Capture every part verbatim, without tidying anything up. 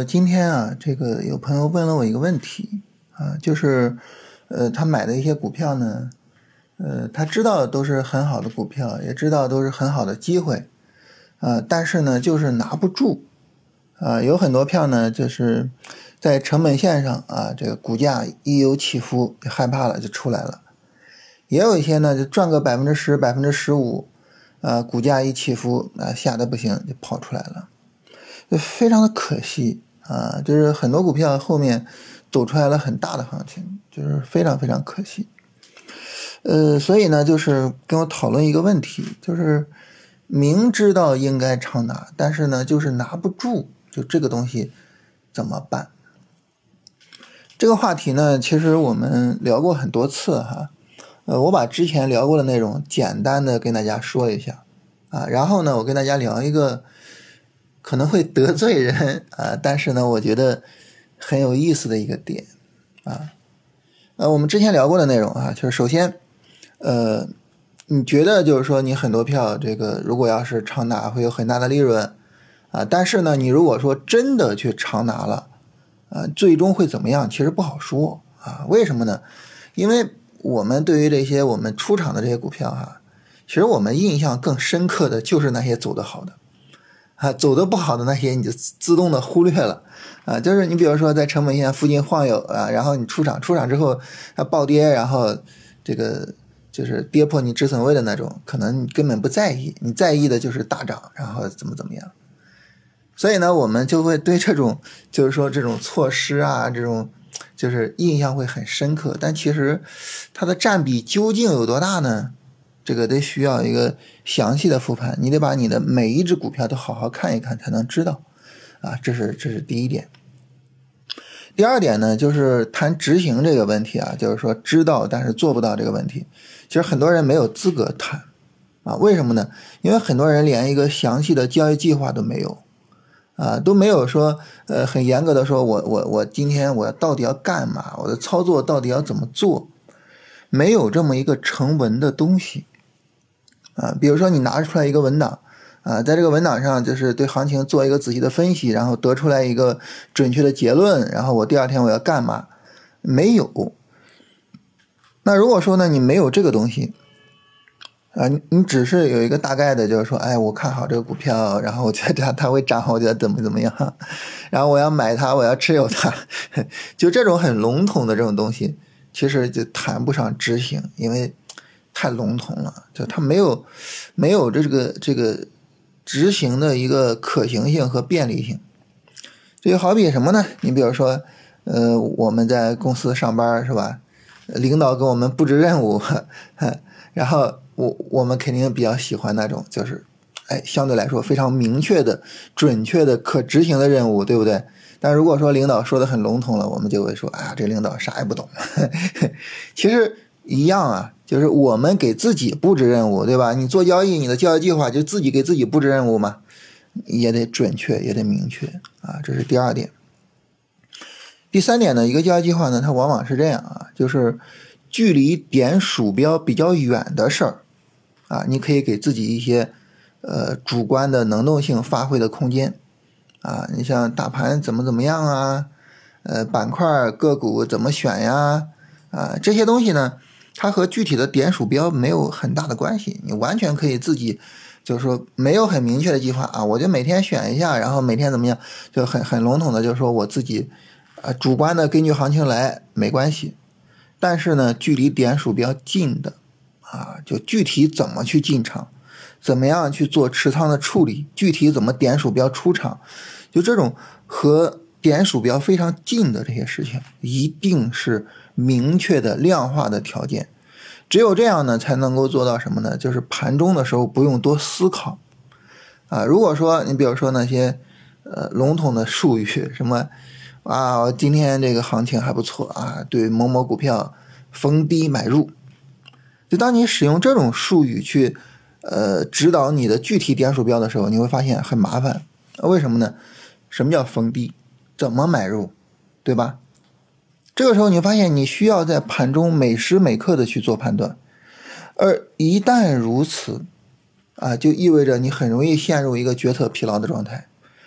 呃，今天啊，这个有朋友问了我一个问题啊，就是，呃，他买的一些股票呢，呃，他知道都是很好的股票，也知道都是很好的机会，啊，但是呢，就是拿不住，啊，有很多票呢，就是在成本线上啊，这个股价一有起伏，就害怕了就出来了，也有一些呢，就赚个百分之十、百分之十五，啊，股价一起伏，啊，吓得不行就跑出来了。就非常的可惜啊，就是很多股票后面走出来了很大的行情，就是非常非常可惜。呃，所以呢，就是跟我讨论一个问题，就是明知道应该长拿，但是呢，就是拿不住，就这个东西怎么办？这个话题呢，其实我们聊过很多次哈，呃，我把之前聊过的内容简单的跟大家说一下啊，然后呢，我跟大家聊一个可能会得罪人啊，但是呢，我觉得很有意思的一个点啊。呃，我们之前聊过的内容啊，就是首先，呃，你觉得就是说你很多票这个如果要是长拿会有很大的利润啊，但是呢，你如果说真的去长拿了啊，最终会怎么样？其实不好说啊。为什么呢？因为我们对于这些我们出场的这些股票哈、啊，其实我们印象更深刻的就是那些走得好的。啊，走得不好的那些你就自动的忽略了啊，就是你比如说在成本线附近晃悠啊，然后你出场出场之后它暴跌，然后这个就是跌破你止损位的那种，可能你根本不在意，你在意的就是大涨，然后怎么怎么样。所以呢，我们就会对这种就是说这种错失啊，这种就是印象会很深刻，但其实它的占比究竟有多大呢？这个得需要一个详细的复盘，你得把你的每一只股票都好好看一看才能知道啊，这是这是第一点。第二点呢，就是谈执行这个问题啊，就是说知道但是做不到这个问题，其实很多人没有资格谈啊，为什么呢？因为很多人连一个详细的交易计划都没有啊，都没有说呃很严格的说我我我今天我到底要干嘛，我的操作到底要怎么做，没有这么一个成文的东西。啊，比如说你拿出来一个文档啊，在这个文档上就是对行情做一个仔细的分析，然后得出来一个准确的结论，然后我第二天我要干嘛？没有。那如果说呢，你没有这个东西啊，你只是有一个大概的，就是说，哎，我看好这个股票，然后我觉得它它会涨，我觉得怎么怎么样，然后我要买它，我要持有它，就这种很笼统的这种东西，其实就谈不上执行，因为太笼统了，就它没有没有这个这个执行的一个可行性和便利性。这就好比什么呢？你比如说，呃，我们在公司上班是吧？领导给我们布置任务，然后我我们肯定比较喜欢那种就是，哎，相对来说非常明确的、准确的、可执行的任务，对不对？但如果说领导说的很笼统了，我们就会说，哎呀，这领导啥也不懂。其实一样啊。就是我们给自己布置任务，对吧？你做交易，你的交易计划就自己给自己布置任务嘛，也得准确，也得明确啊，这是第二点。第三点呢，一个交易计划呢，它往往是这样啊，就是距离点鼠标比较远的事儿啊，你可以给自己一些呃主观的能动性发挥的空间啊，你像大盘怎么怎么样啊，呃板块个股怎么选呀，啊这些东西呢。它和具体的点鼠标没有很大的关系，你完全可以自己就是说没有很明确的计划啊，我就每天选一下，然后每天怎么样，就很很笼统的就是说我自己呃主观的根据行情来没关系。但是呢，距离点鼠标近的啊，就具体怎么去进场，怎么样去做持仓的处理，具体怎么点鼠标出场，就这种和点鼠标非常近的这些事情，一定是明确的量化的条件，只有这样呢，才能够做到什么呢？就是盘中的时候不用多思考啊。如果说你比如说那些呃笼统的术语，什么啊，今天这个行情还不错啊，对某某股票逢低买入，就当你使用这种术语去呃指导你的具体点鼠标的时候，你会发现很麻烦。为什么呢？什么叫逢低？怎么买入？对吧？这个时候你发现你需要在盘中每时每刻的去做判断，而一旦如此啊，就意味着你很容易陷入一个决策疲劳的状态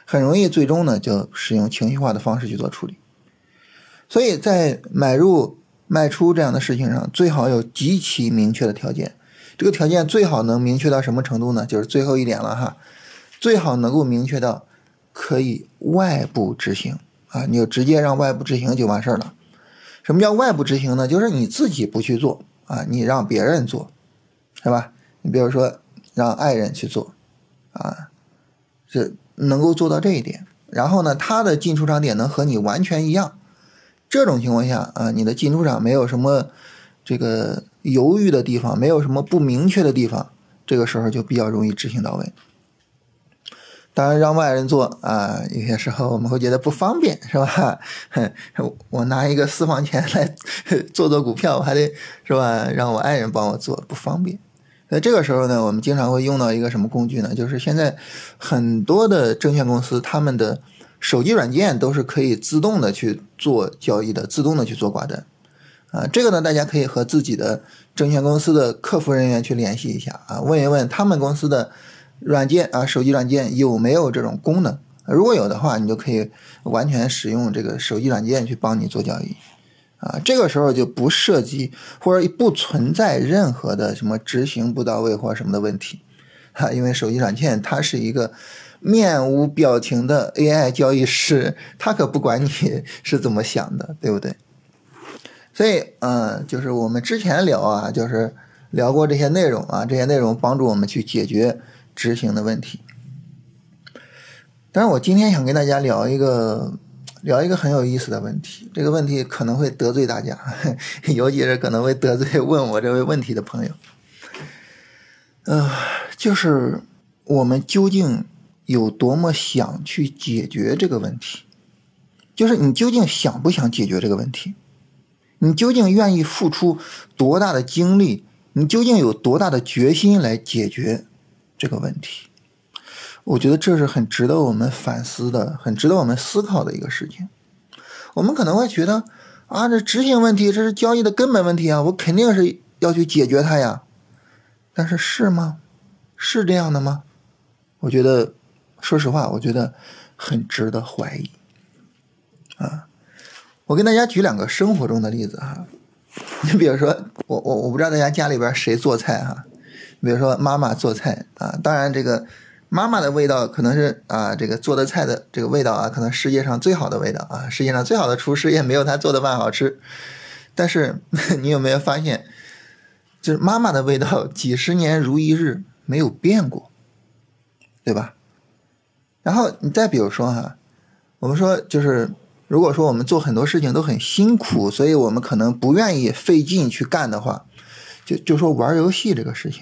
很容易最终呢就使用情绪化的方式去做处理。所以在买入卖出这样的事情上，最好有极其明确的条件。这个条件最好能明确到什么程度呢？就是最后一点了哈，最好能够明确到可以外部执行啊，你就直接让外部执行就完事儿了。什么叫外部执行呢？就是你自己不去做啊，你让别人做，是吧？你比如说让爱人去做啊，是能够做到这一点。然后呢，他的进出场点能和你完全一样。这种情况下啊，你的进出场没有什么这个犹豫的地方，没有什么不明确的地方，这个时候就比较容易执行到位。当然让外人做啊，有些时候我们会觉得不方便，是吧？我拿一个私房钱来做做股票，我还得是吧，让我爱人帮我做，不方便。那这个时候呢，我们经常会用到一个什么工具呢？就是现在很多的证券公司，他们的手机软件都是可以自动的去做交易的，自动的去做挂单啊。这个呢，大家可以和自己的证券公司的客服人员去联系一下啊，问一问他们公司的软件啊，手机软件有没有这种功能？如果有的话，你就可以完全使用这个手机软件去帮你做交易啊。这个时候就不涉及或者不存在任何的什么执行不到位或什么的问题啊，因为手机软件它是一个面无表情的 A I 交易师，它可不管你是怎么想的，对不对？所以，嗯，就是我们之前聊啊，就是聊过这些内容啊，这些内容帮助我们去解决执行的问题。但是我今天想跟大家聊一个聊一个很有意思的问题，这个问题可能会得罪大家，尤其是可能会得罪问我这位问题的朋友。呃，就是我们究竟有多么想去解决这个问题？就是你究竟想不想解决这个问题？你究竟愿意付出多大的精力？你究竟有多大的决心来解决这个问题？我觉得这是很值得我们反思的，很值得我们思考的一个事情。我们可能会觉得啊，这执行问题，这是交易的根本问题啊，我肯定是要去解决它呀。但是是吗？是这样的吗？我觉得，说实话，我觉得很值得怀疑啊。我跟大家举两个生活中的例子哈。你比如说，我我我不知道大家家里边谁做菜哈，比如说妈妈做菜啊，当然这个妈妈的味道可能是啊，这个做的菜的这个味道啊，可能世界上最好的味道啊，世界上最好的厨师也没有他做的饭好吃。但是你有没有发现，就是妈妈的味道几十年如一日没有变过，对吧？然后你再比如说哈，我们说就是如果说我们做很多事情都很辛苦，所以我们可能不愿意费劲去干的话，就就说玩游戏这个事情。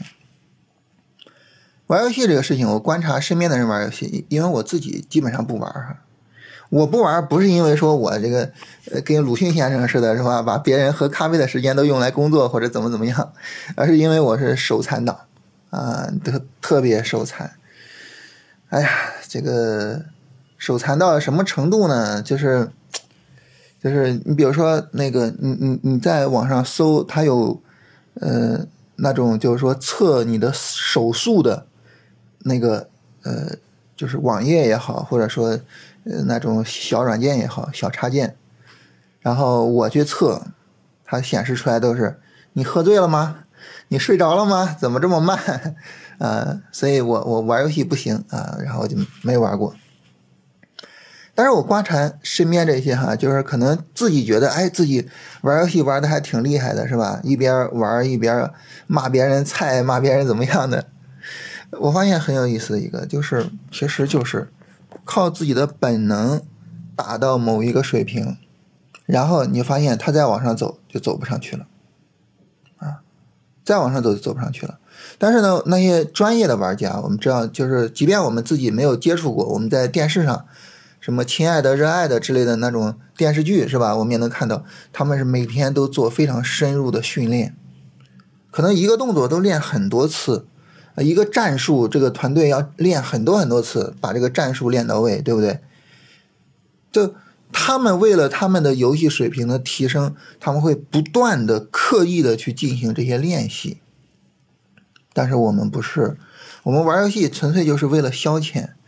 玩游戏这个事情，我观察身边的人玩游戏，因为我自己基本上不玩哈。我不玩不是因为说我这个呃跟鲁迅先生似的是吧，把别人喝咖啡的时间都用来工作或者怎么怎么样，而是因为我是手残党啊，特特别手残。哎呀，这个手残到什么程度呢？就是就是你比如说那个你你你在网上搜，它有呃那种就是说测你的手速的那个呃就是网页也好，或者说呃那种小软件也好，小插件，然后我去测，它显示出来都是你喝醉了吗？你睡着了吗？怎么这么慢？呃，所以我我玩游戏不行啊，然后就没玩过。但是我观察身边这些哈，就是可能自己觉得哎自己玩游戏玩的还挺厉害的是吧？一边玩一边骂别人菜，骂别人怎么样的。我发现很有意思的一个，就是其实就是靠自己的本能达到某一个水平，然后你发现他再往上走就走不上去了啊，再往上走就走不上去了。但是呢，那些专业的玩家，我们知道，就是即便我们自己没有接触过，我们在电视上什么亲爱的热爱的之类的那种电视剧是吧，我们也能看到他们是每天都做非常深入的训练，可能一个动作都练很多次，一个战术这个团队要练很多很多次，把这个战术练到位，对不对？就他们为了他们的游戏水平的提升，他们会不断的刻意的去进行这些练习。但是我们不是，我们玩游戏纯粹就是为了消遣，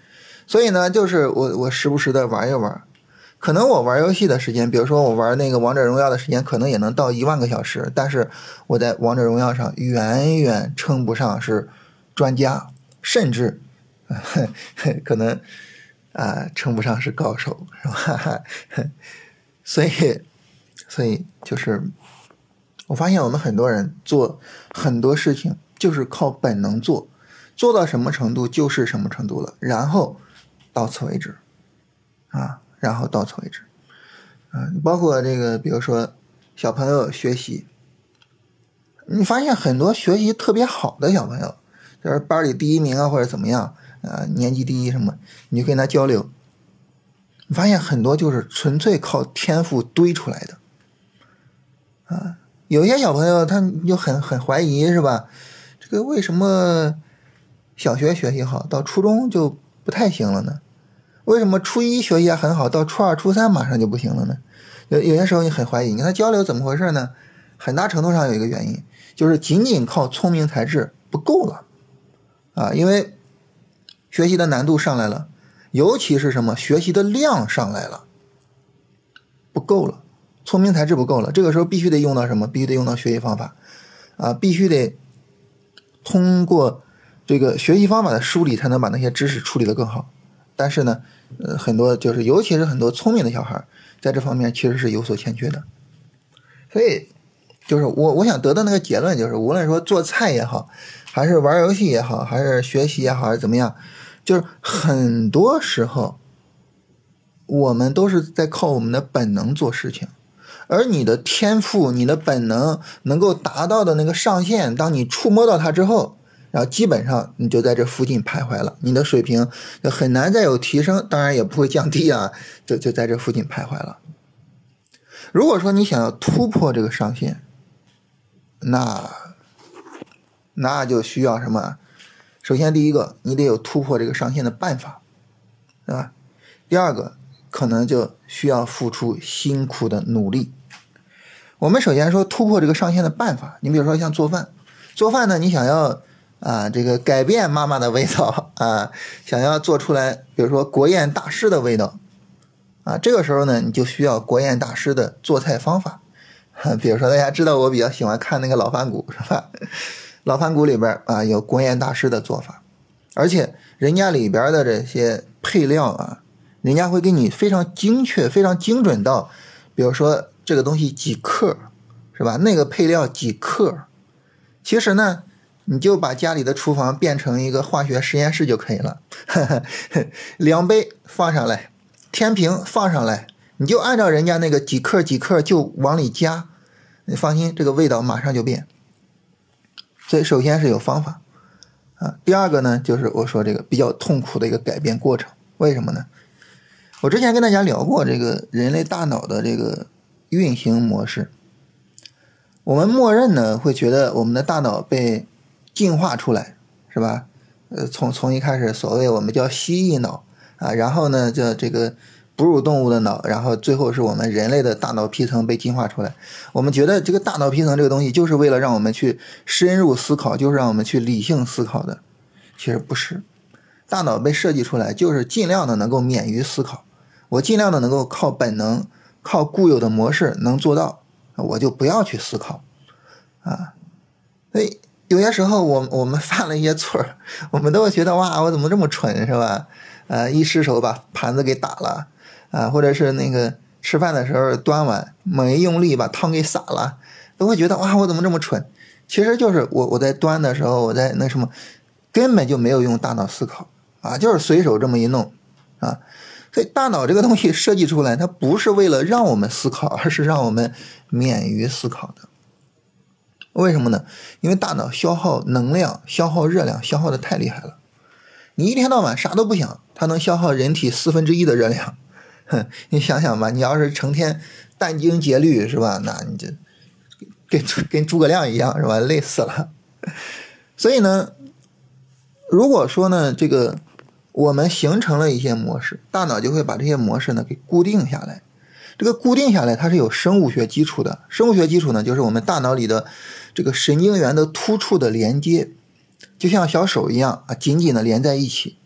所以呢，就是我我时不时的玩一玩，可能我玩游戏的时间，比如说我玩那个王者荣耀的时间，可能也能到一万个小时，但是我在王者荣耀上远远称不上是专家，甚至呵呵可能啊称不上是高手，是吧？所以，所以就是我发现我们很多人做很多事情就是靠本能做，做到什么程度就是什么程度了，然后到此为止啊，然后到此为止啊。包括这个，比如说小朋友学习，你发现很多学习特别好的小朋友，就是班里第一名啊或者怎么样啊，年级第一什么，你就跟他交流，你发现很多就是纯粹靠天赋堆出来的啊。有些小朋友他就很很怀疑，是吧？这个为什么小学学习好，到初中就不太行了呢？为什么初一学习很好，到初二、初三马上就不行了呢？有有些时候你很怀疑，你跟他交流怎么回事呢？很大程度上有一个原因，就是仅仅靠聪明才智不够了啊，因为学习的难度上来了，尤其是什么，学习的量上来了，不够了。聪明才智不够了，这个时候必须得用到什么？必须得用到学习方法啊，必须得通过这个学习方法的梳理，才能把那些知识处理得更好。但是呢，呃，很多就是尤其是很多聪明的小孩，在这方面其实是有所欠缺的。所以，就是我我想得到那个结论，就是无论说做菜也好，还是玩游戏也好，还是学习也好，还是怎么样，就是很多时候我们都是在靠我们的本能做事情。而你的天赋，你的本能能够达到的那个上限，当你触摸到它之后，然后基本上你就在这附近徘徊了，你的水平就很难再有提升，当然也不会降低啊，就就在这附近徘徊了。如果说你想要突破这个上限，那那就需要什么？首先第一个，你得有突破这个上限的办法，对吧？第二个，可能就需要付出辛苦的努力。我们首先说突破这个上限的办法，你比如说像做饭，做饭呢，你想要啊这个改变妈妈的味道啊，想要做出来，比如说国宴大师的味道啊，这个时候呢，你就需要国宴大师的做菜方法。比如说大家知道我比较喜欢看那个老番谷，是吧？老番谷里边啊有国宴大师的做法，而且人家里边的这些配料啊，人家会给你非常精确非常精准到，比如说这个东西几克，是吧？那个配料几克。其实呢，你就把家里的厨房变成一个化学实验室就可以了。量杯放上来，天平放上来，你就按照人家那个几克几克就往里加，你放心，这个味道马上就变。所以首先是有方法啊，第二个呢，就是我说这个比较痛苦的一个改变过程。为什么呢？我之前跟大家聊过这个人类大脑的这个运行模式，我们默认呢会觉得我们的大脑被进化出来，是吧？呃，从从一开始所谓我们叫蜥蜴脑啊，然后呢叫这个哺乳动物的脑，然后最后是我们人类的大脑皮层被进化出来。我们觉得这个大脑皮层这个东西就是为了让我们去深入思考，就是让我们去理性思考的。其实不是，大脑被设计出来就是尽量的能够免于思考，我尽量的能够靠本能靠固有的模式能做到，我就不要去思考啊。所以有些时候我我们犯了一些错，我们都会觉得哇，我怎么这么蠢，是吧？呃，一失手把盘子给打了啊，或者是那个吃饭的时候端碗猛一用力把汤给洒了，都会觉得哇，我怎么这么蠢？其实就是我我在端的时候，我在那什么，根本就没有用大脑思考啊，就是随手这么一弄啊。所以大脑这个东西设计出来，它不是为了让我们思考，而是让我们免于思考的。为什么呢？因为大脑消耗能量消耗热量消耗的太厉害了，你一天到晚啥都不想，它能消耗人体四分之一的热量。哼，你想想吧，你要是成天殚精竭虑，是吧？那你就跟跟诸葛亮一样，是吧？累死了。所以呢，如果说呢，这个我们形成了一些模式，大脑就会把这些模式呢给固定下来。这个固定下来它是有生物学基础的，生物学基础呢就是我们大脑里的这个神经元的突触的连接，就像小手一样啊，紧紧的连在一起。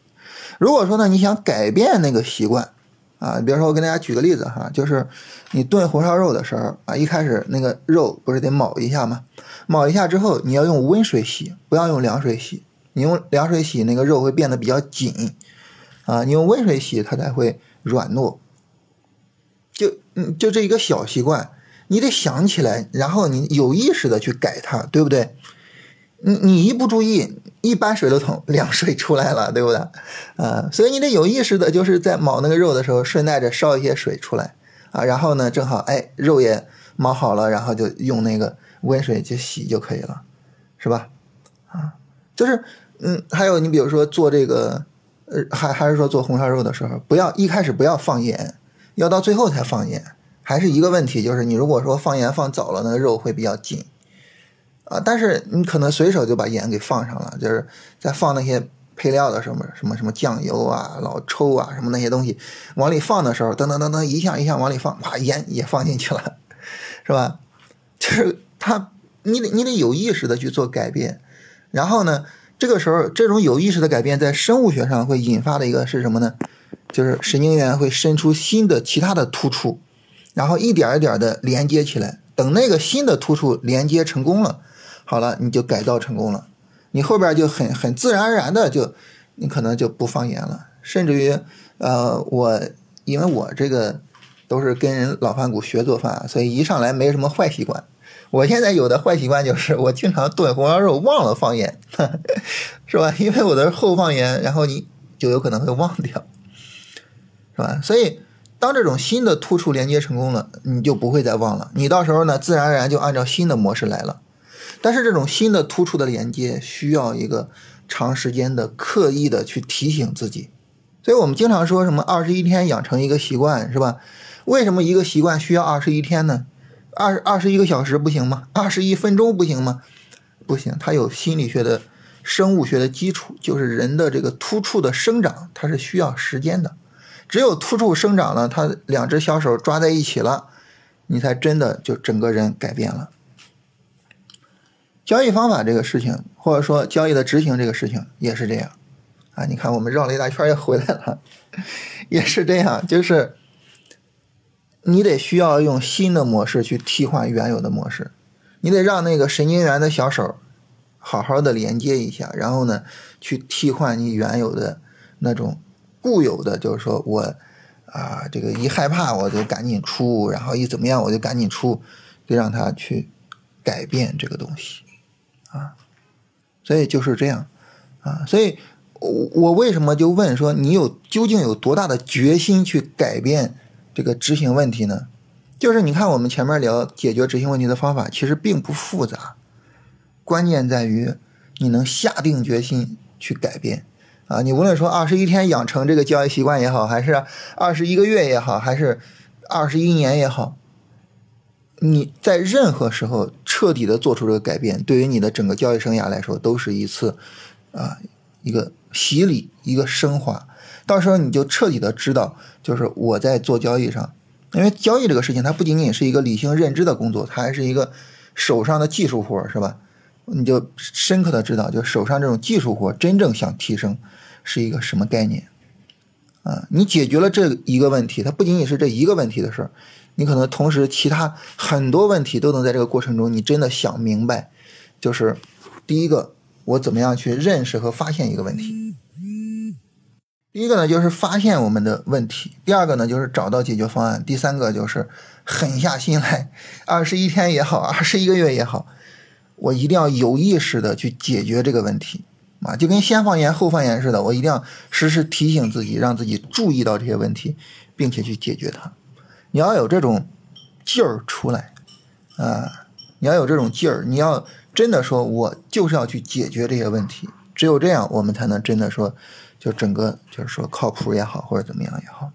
如果说呢你想改变那个习惯啊，比如说我跟大家举个例子哈，就是你炖红烧肉的时候啊，一开始那个肉不是得铆一下吗？铆一下之后你要用温水洗，不要用凉水洗。你用凉水洗那个肉会变得比较紧啊，你用温水洗它才会软糯。就嗯就这一个小习惯，你得想起来，然后你有意识的去改它，对不对？你你一不注意，一搬水龙头凉水出来了，对不对？啊，所以你得有意识的，就是在铆那个肉的时候，顺带着烧一些水出来啊，然后呢，正好哎肉也铆好了，然后就用那个温水去洗就可以了，是吧？啊，就是嗯，还有你比如说做这个，呃，还还是说做红烧肉的时候，不要一开始不要放盐，要到最后才放盐，还是一个问题，就是你如果说放盐放早了，那个肉会比较紧。啊，但是你可能随手就把盐给放上了，就是在放那些配料的什么什么什么酱油啊、老抽啊什么那些东西往里放的时候，噔噔噔噔一项一项往里放，哇，盐也放进去了，是吧？就是它，你得你得有意识的去做改变，然后呢，这个时候这种有意识的改变在生物学上会引发的一个是什么呢？就是神经元会生出新的其他的突触，然后一点一点的连接起来，等那个新的突触连接成功了。好了，你就改造成功了，你后边就很很自然而然的就，你可能就不放盐了，甚至于，呃，我因为我这个都是跟人老饭骨学做饭，所以一上来没什么坏习惯。我现在有的坏习惯就是我经常炖红烧肉忘了放盐，呵呵，是吧？因为我的后放盐，然后你就有可能会忘掉，是吧？所以当这种新的突触连接成功了，你就不会再忘了，你到时候呢，自然而然就按照新的模式来了。但是这种新的突触的连接需要一个长时间的刻意的去提醒自己，所以我们经常说什么二十一天养成一个习惯，是吧？为什么一个习惯需要二十一天呢？二二十一个小时不行吗？二十一分钟不行吗？不行，它有心理学的生物学的基础，就是人的这个突触的生长它是需要时间的，只有突触生长了，它两只小手抓在一起了，你才真的就整个人改变了。交易方法这个事情，或者说交易的执行这个事情也是这样啊。你看我们绕了一大圈也回来了，也是这样，就是你得需要用新的模式去替换原有的模式，你得让那个神经元的小手好好的连接一下，然后呢去替换你原有的那种固有的，就是说我啊这个一害怕我就赶紧出，然后一怎么样我就赶紧出，得让它去改变这个东西啊。所以就是这样啊。所以我为什么就问说你有究竟有多大的决心去改变这个执行问题呢？就是你看我们前面聊解决执行问题的方法其实并不复杂，关键在于你能下定决心去改变啊。你无论说二十一天养成这个交易习惯也好，还是二十一个月也好，还是二十一年也好，你在任何时候彻底的做出这个改变，对于你的整个交易生涯来说都是一次啊一个洗礼，一个升华。到时候你就彻底的知道，就是我在做交易上，因为交易这个事情它不仅仅是一个理性认知的工作，它还是一个手上的技术活，是吧？你就深刻的知道，就手上这种技术活真正想提升是一个什么概念啊。你解决了这一个问题，它不仅仅是这一个问题的事儿，你可能同时其他很多问题都能在这个过程中你真的想明白。就是第一个，我怎么样去认识和发现一个问题，第一个呢就是发现我们的问题，第二个呢就是找到解决方案，第三个就是狠下心来，二十一天也好，二十一个月也好，我一定要有意识的去解决这个问题啊，就跟先放盐后放盐似的，我一定要时时提醒自己，让自己注意到这些问题，并且去解决它。你要有这种劲儿出来啊，你要有这种劲儿，你要真的说我就是要去解决这些问题，只有这样我们才能真的说就整个就是说靠谱也好，或者怎么样也好。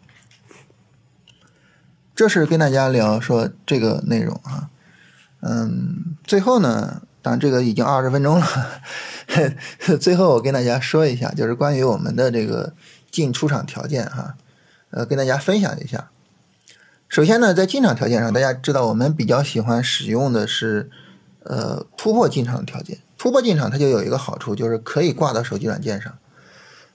这是跟大家聊说这个内容啊。嗯，最后呢，当然这个已经二十分钟了，最后我跟大家说一下，就是关于我们的这个进出场条件哈，呃，跟大家分享一下。首先呢，在进场条件上，大家知道我们比较喜欢使用的是呃突破进场的条件。突破进场它就有一个好处，就是可以挂到手机软件上。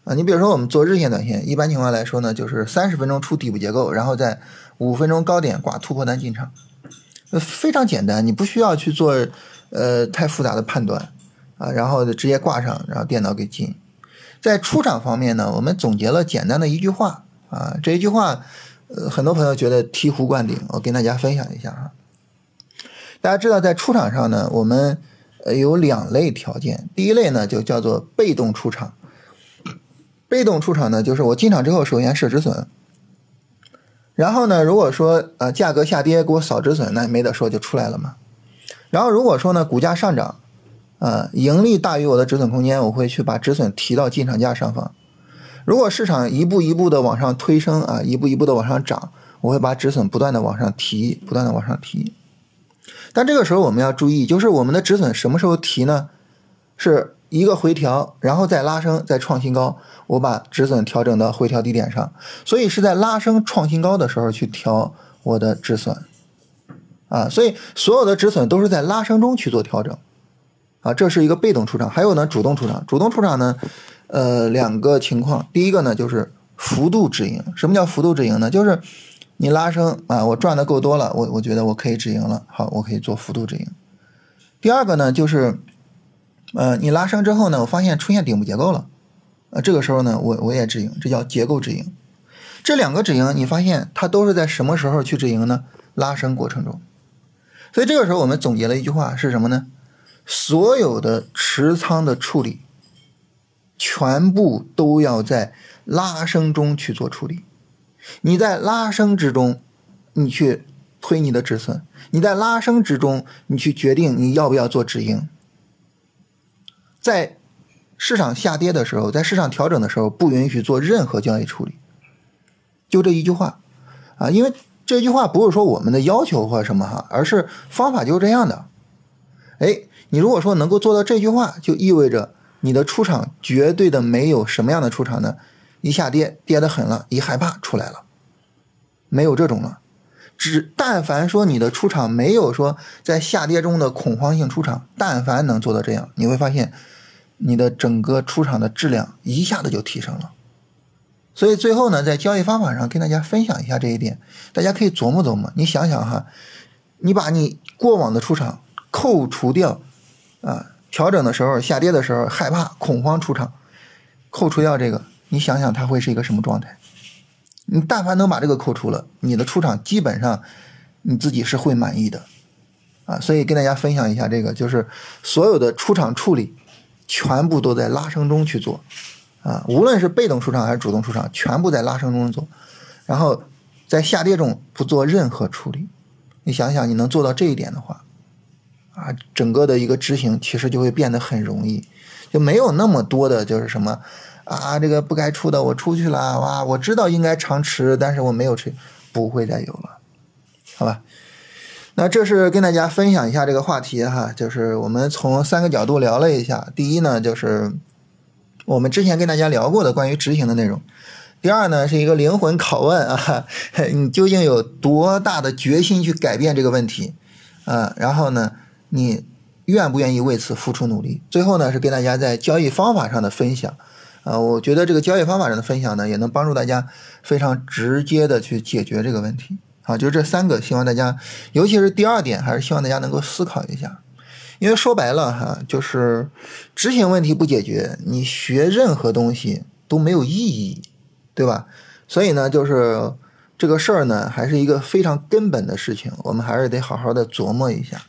啊。你比如说我们做日线短线，一般情况来说呢，就是三十分钟出底部结构，然后在五分钟高点挂突破单进场，非常简单，你不需要去做呃太复杂的判断啊，然后直接挂上，然后电脑给进。在出场方面呢，我们总结了简单的一句话啊，这一句话呃很多朋友觉得醍醐灌顶，我跟大家分享一下啊。大家知道在出场上呢，我们呃有两类条件，第一类呢就叫做被动出场。被动出场呢，就是我进场之后首先设止损，然后呢如果说呃价格下跌给我扫止损，那没得说就出来了嘛。然后如果说呢股价上涨呃盈利大于我的止损空间，我会去把止损提到进场价上方。如果市场一步一步的往上推升啊，一步一步的往上涨，我会把止损不断的往上提，不断的往上提。但这个时候我们要注意，就是我们的止损什么时候提呢？是一个回调，然后再拉升，再创新高，我把止损调整到回调低点上，所以是在拉升创新高的时候去调我的止损啊，所以所有的止损都是在拉升中去做调整啊，这是一个被动出场。还有呢，主动出场。主动出场呢，呃，两个情况，第一个呢就是幅度止盈。什么叫幅度止盈呢？就是你拉升啊，我赚的够多了，我我觉得我可以止盈了，好，我可以做幅度止盈。第二个呢，就是呃，你拉升之后呢，我发现出现顶部结构了，呃，这个时候呢，我我也止盈，这叫结构止盈。这两个止盈，你发现它都是在什么时候去止盈呢？拉升过程中。所以这个时候我们总结了一句话是什么呢？所有的持仓的处理，全部都要在拉升中去做处理。你在拉升之中，你去推你的止损；你在拉升之中，你去决定你要不要做止盈。在市场下跌的时候，在市场调整的时候，不允许做任何交易处理。就这一句话啊，因为这句话不是说我们的要求或什么哈，而是方法就是这样的。哎，你如果说能够做到这句话，就意味着你的出场绝对的没有什么样的出场呢？一下跌跌得狠了，一害怕出来了，没有这种了。只但凡说你的出场没有说在下跌中的恐慌性出场，但凡能做到这样，你会发现你的整个出场的质量一下子就提升了。所以最后呢，在交易方法上跟大家分享一下这一点，大家可以琢磨琢磨。你想想哈，你把你过往的出场扣除掉啊，调整的时候下跌的时候害怕恐慌出场，扣除掉这个，你想想它会是一个什么状态？你但凡能把这个扣除了，你的出场基本上你自己是会满意的啊。所以跟大家分享一下这个，就是所有的出场处理全部都在拉升中去做啊，无论是被动出场还是主动出场，全部在拉升中做，然后在下跌中不做任何处理。你想想你能做到这一点的话啊，整个的一个执行其实就会变得很容易，就没有那么多的就是什么啊，这个不该出的我出去了，哇，我知道应该长持，但是我没有持，不会再有了，好吧？那这是跟大家分享一下这个话题哈，就是我们从三个角度聊了一下。第一呢，就是我们之前跟大家聊过的关于执行的内容。第二呢，是一个灵魂拷问啊，你究竟有多大的决心去改变这个问题啊？然后呢，你愿不愿意为此付出努力？最后呢，是跟大家在交易方法上的分享。啊，我觉得这个交易方法上的分享呢，也能帮助大家非常直接的去解决这个问题。好，就是这三个，希望大家，尤其是第二点，还是希望大家能够思考一下。因为说白了哈，就是执行问题不解决，你学任何东西都没有意义，对吧？所以呢，就是这个事儿呢，还是一个非常根本的事情，我们还是得好好的琢磨一下。